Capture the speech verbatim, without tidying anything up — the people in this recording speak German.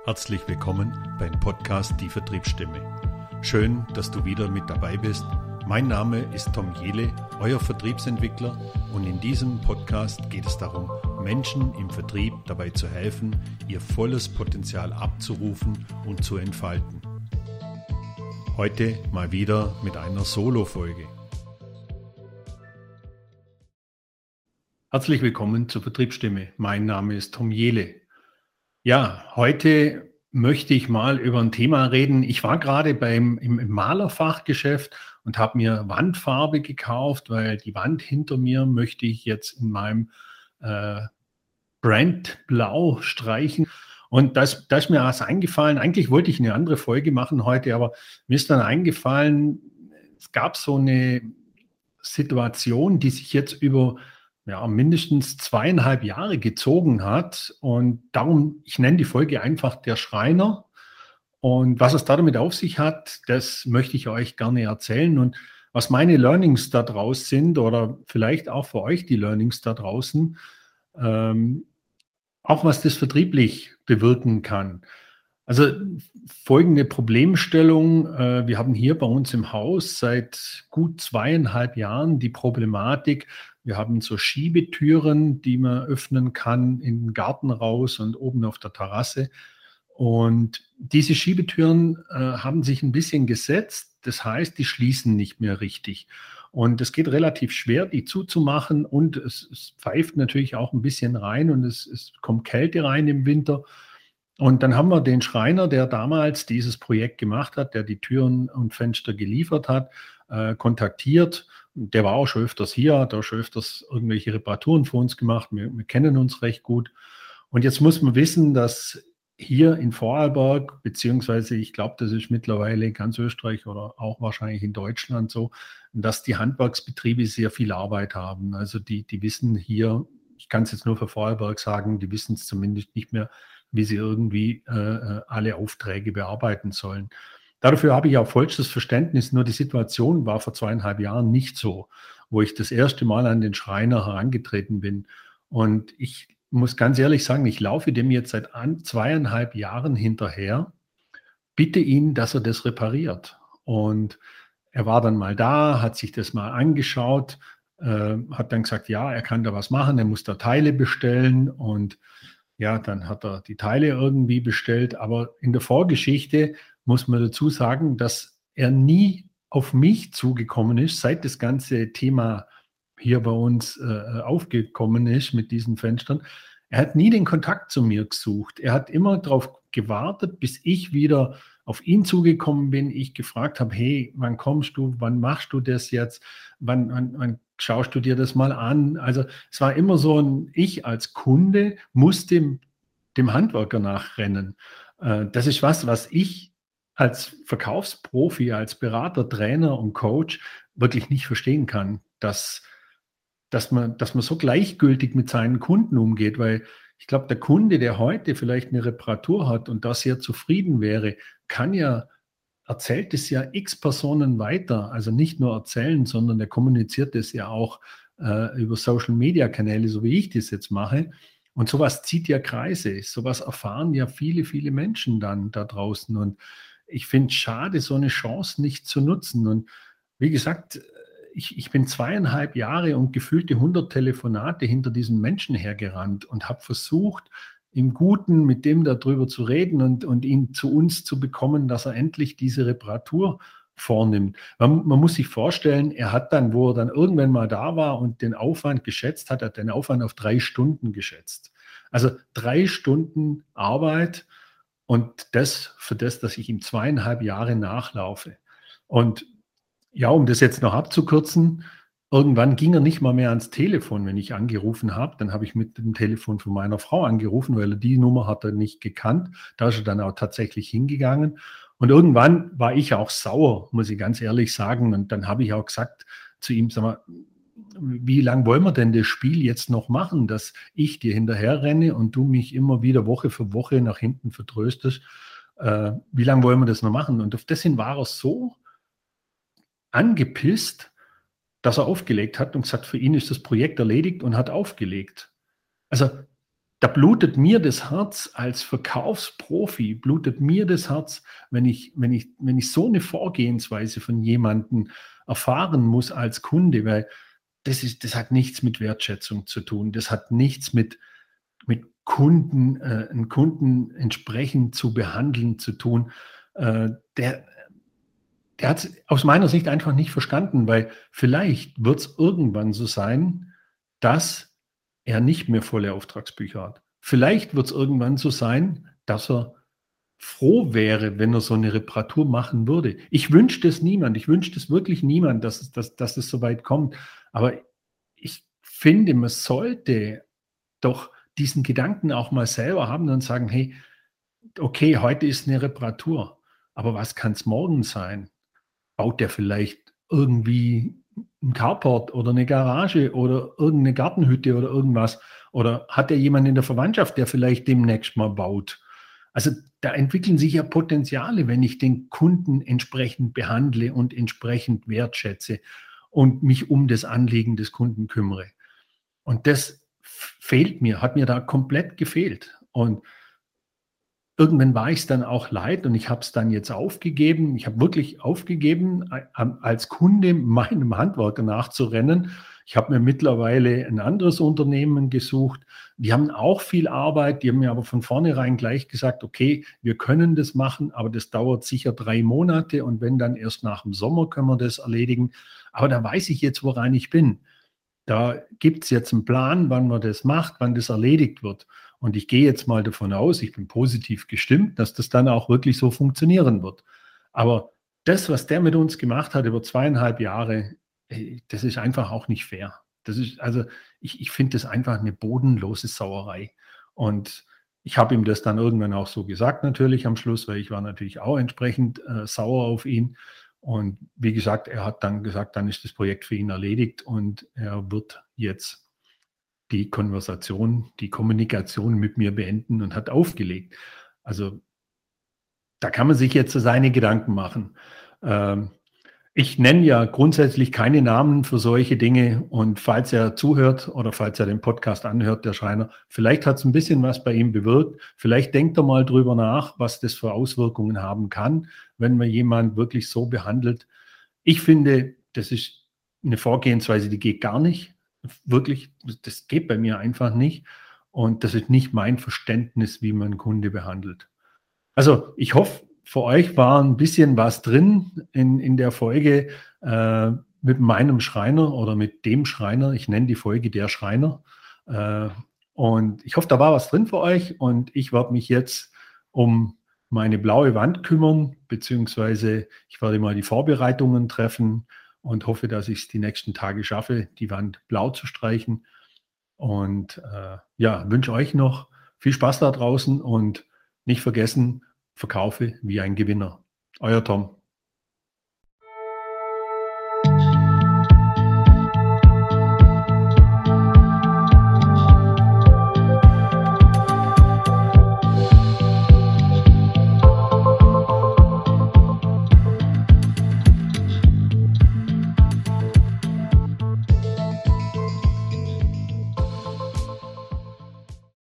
Herzlich willkommen beim Podcast Die Vertriebsstimme. Schön, dass du wieder mit dabei bist. Mein Name ist Tom Jehle, euer Vertriebsentwickler, und in diesem Podcast geht es darum, Menschen im Vertrieb dabei zu helfen, ihr volles Potenzial abzurufen und zu entfalten. Heute mal wieder mit einer Solo-Folge. Herzlich willkommen zur Vertriebsstimme. Mein Name ist Tom Jehle. Ja, heute möchte ich mal über ein Thema reden. Ich war gerade beim im, im Malerfachgeschäft und habe mir Wandfarbe gekauft, weil die Wand hinter mir möchte ich jetzt in meinem äh, Brand Blau streichen. Und da ist, da ist mir was eingefallen. Eigentlich wollte ich eine andere Folge machen heute, aber mir ist dann eingefallen, es gab so eine Situation, die sich jetzt über ja, mindestens zweieinhalb Jahre gezogen hat. Und darum, ich nenne die Folge einfach der Schreiner. Und was es damit auf sich hat, das möchte ich euch gerne erzählen. Und was meine Learnings da draußen sind oder vielleicht auch für euch die Learnings da draußen, ähm, auch was das vertrieblich bewirken kann. Also folgende Problemstellung. Äh, wir haben hier bei uns im Haus seit gut zweieinhalb Jahren die Problematik, wir haben so Schiebetüren, die man öffnen kann in den Garten raus und oben auf der Terrasse. Und diese Schiebetüren äh, haben sich ein bisschen gesetzt. Das heißt, die schließen nicht mehr richtig. Und es geht relativ schwer, die zuzumachen. Und es, es pfeift natürlich auch ein bisschen rein und es, es kommt Kälte rein im Winter. Und dann haben wir den Schreiner, der damals dieses Projekt gemacht hat, der die Türen und Fenster geliefert hat, äh, kontaktiert. Der war auch schon öfters hier, hat auch schon öfters irgendwelche Reparaturen für uns gemacht. Wir, wir kennen uns recht gut. Und jetzt muss man wissen, dass hier in Vorarlberg, beziehungsweise ich glaube, das ist mittlerweile ganz Österreich oder auch wahrscheinlich in Deutschland so, dass die Handwerksbetriebe sehr viel Arbeit haben. Also die, die wissen hier, ich kann es jetzt nur für Vorarlberg sagen, die wissen es zumindest nicht mehr, wie sie irgendwie äh, alle Aufträge bearbeiten sollen. Dafür habe ich auch vollstes Verständnis, nur die Situation war vor zweieinhalb Jahren nicht so, wo ich das erste Mal an den Schreiner herangetreten bin. Und ich muss ganz ehrlich sagen, ich laufe dem jetzt seit an, zweieinhalb Jahren hinterher, bitte ihn, dass er das repariert. Und er war dann mal da, hat sich das mal angeschaut, äh, hat dann gesagt, ja, er kann da was machen, er muss da Teile bestellen und ja, dann hat er die Teile irgendwie bestellt. Aber in der Vorgeschichte muss man dazu sagen, dass er nie auf mich zugekommen ist, seit das ganze Thema hier bei uns äh, aufgekommen ist mit diesen Fenstern. Er hat nie den Kontakt zu mir gesucht. Er hat immer darauf gewartet, bis ich wieder auf ihn zugekommen bin. Ich gefragt habe, hey, wann kommst du? Wann machst du das jetzt? Wann, wann, wann schaust du dir das mal an? Also es war immer so ein, ich als Kunde muss dem, dem Handwerker nachrennen. Äh, das ist was, was ich als Verkaufsprofi, als Berater, Trainer und Coach wirklich nicht verstehen kann, dass, dass man, dass man so gleichgültig mit seinen Kunden umgeht, weil ich glaube, der Kunde, der heute vielleicht eine Reparatur hat und da sehr zufrieden wäre, kann ja, erzählt es ja x Personen weiter, also nicht nur erzählen, sondern er kommuniziert es ja auch äh, über Social-Media-Kanäle, so wie ich das jetzt mache. Und sowas zieht ja Kreise, sowas erfahren ja viele, viele Menschen dann da draußen. Und ich finde es schade, so eine Chance nicht zu nutzen. Und wie gesagt, ich, ich bin zweieinhalb Jahre und gefühlte hundert Telefonate hinter diesen Menschen hergerannt und habe versucht, im Guten mit dem darüber zu reden und, und ihn zu uns zu bekommen, dass er endlich diese Reparatur vornimmt. Man, man muss sich vorstellen, er hat dann, wo er dann irgendwann mal da war und den Aufwand geschätzt hat, hat den Aufwand auf drei Stunden geschätzt. Also drei Stunden Arbeit und das für das, dass ich ihm zweieinhalb Jahre nachlaufe. Und ja, um das jetzt noch abzukürzen, irgendwann ging er nicht mal mehr ans Telefon, wenn ich angerufen habe. Dann habe ich mit dem Telefon von meiner Frau angerufen, weil er die Nummer hat er nicht gekannt. Da ist er dann auch tatsächlich hingegangen. Und irgendwann war ich auch sauer, muss ich ganz ehrlich sagen. Und dann habe ich auch gesagt zu ihm, sag mal, wie lange wollen wir denn das Spiel jetzt noch machen, dass ich dir hinterher renne und du mich immer wieder Woche für Woche nach hinten vertröstest? Äh, wie lange wollen wir das noch machen? Und auf das hin war er so angepisst, dass er aufgelegt hat und gesagt, für ihn ist das Projekt erledigt und hat aufgelegt. Also da blutet mir das Herz als Verkaufsprofi, blutet mir das Herz, wenn ich, wenn ich, wenn ich so eine Vorgehensweise von jemandem erfahren muss als Kunde, weil das ist, das hat nichts mit Wertschätzung zu tun. Das hat nichts mit, mit Kunden, äh, einen Kunden entsprechend zu behandeln zu tun. Äh, der, der hat es aus meiner Sicht einfach nicht verstanden, weil vielleicht wird es irgendwann so sein, dass er nicht mehr volle Auftragsbücher hat. Vielleicht wird es irgendwann so sein, dass er froh wäre, wenn er so eine Reparatur machen würde. Ich wünsche das niemand. Ich wünsche das wirklich niemand, dass, es- dass, dass es so weit kommt. Aber ich finde, man sollte doch diesen Gedanken auch mal selber haben und sagen, hey, okay, heute ist eine Reparatur, aber was kann es morgen sein? Baut der vielleicht irgendwie ein Carport oder eine Garage oder irgendeine Gartenhütte oder irgendwas? Oder hat er jemanden in der Verwandtschaft, der vielleicht demnächst mal baut? Also da entwickeln sich ja Potenziale, wenn ich den Kunden entsprechend behandle und entsprechend wertschätze und mich um das Anliegen des Kunden kümmere. Und das fehlt mir, hat mir da komplett gefehlt. Und irgendwann war ich es dann auch leid und ich habe es dann jetzt aufgegeben. Ich habe wirklich aufgegeben, als Kunde meinem Handwerker nachzurennen. Ich habe mir mittlerweile ein anderes Unternehmen gesucht. Die haben auch viel Arbeit. Die haben mir aber von vornherein gleich gesagt, okay, wir können das machen, aber das dauert sicher drei Monate und wenn dann erst nach dem Sommer können wir das erledigen. Aber da weiß ich jetzt, woran ich bin. Da gibt es jetzt einen Plan, wann man das macht, wann das erledigt wird. Und ich gehe jetzt mal davon aus, ich bin positiv gestimmt, dass das dann auch wirklich so funktionieren wird. Aber das, was der mit uns gemacht hat über zweieinhalb Jahre, ey, das ist einfach auch nicht fair. Das ist, also ich, ich finde das einfach eine bodenlose Sauerei. Und ich habe ihm das dann irgendwann auch so gesagt, natürlich am Schluss, weil ich war natürlich auch entsprechend äh, sauer auf ihn. Und wie gesagt, er hat dann gesagt, dann ist das Projekt für ihn erledigt und er wird jetzt die Konversation, die Kommunikation mit mir beenden und hat aufgelegt. Also da kann man sich jetzt so seine Gedanken machen. Ähm, ich nenne ja grundsätzlich keine Namen für solche Dinge und falls er zuhört oder falls er den Podcast anhört, der Schreiner, vielleicht hat es ein bisschen was bei ihm bewirkt. Vielleicht denkt er mal drüber nach, was das für Auswirkungen haben kann, wenn man jemanden wirklich so behandelt. Ich finde, das ist eine Vorgehensweise, die geht gar nicht. Wirklich, das geht bei mir einfach nicht. Und das ist nicht mein Verständnis, wie man einen Kunde behandelt. Also ich hoffe, für euch war ein bisschen was drin in, in der Folge äh, mit meinem Schreiner oder mit dem Schreiner. Ich nenne die Folge der Schreiner. Äh, und ich hoffe, da war was drin für euch. Und ich werde mich jetzt um meine blaue Wand kümmern, beziehungsweise ich werde mal die Vorbereitungen treffen und hoffe, dass ich es die nächsten Tage schaffe, die Wand blau zu streichen. Und äh, ja, wünsche euch noch viel Spaß da draußen und nicht vergessen, verkaufe wie ein Gewinner. Euer Tom.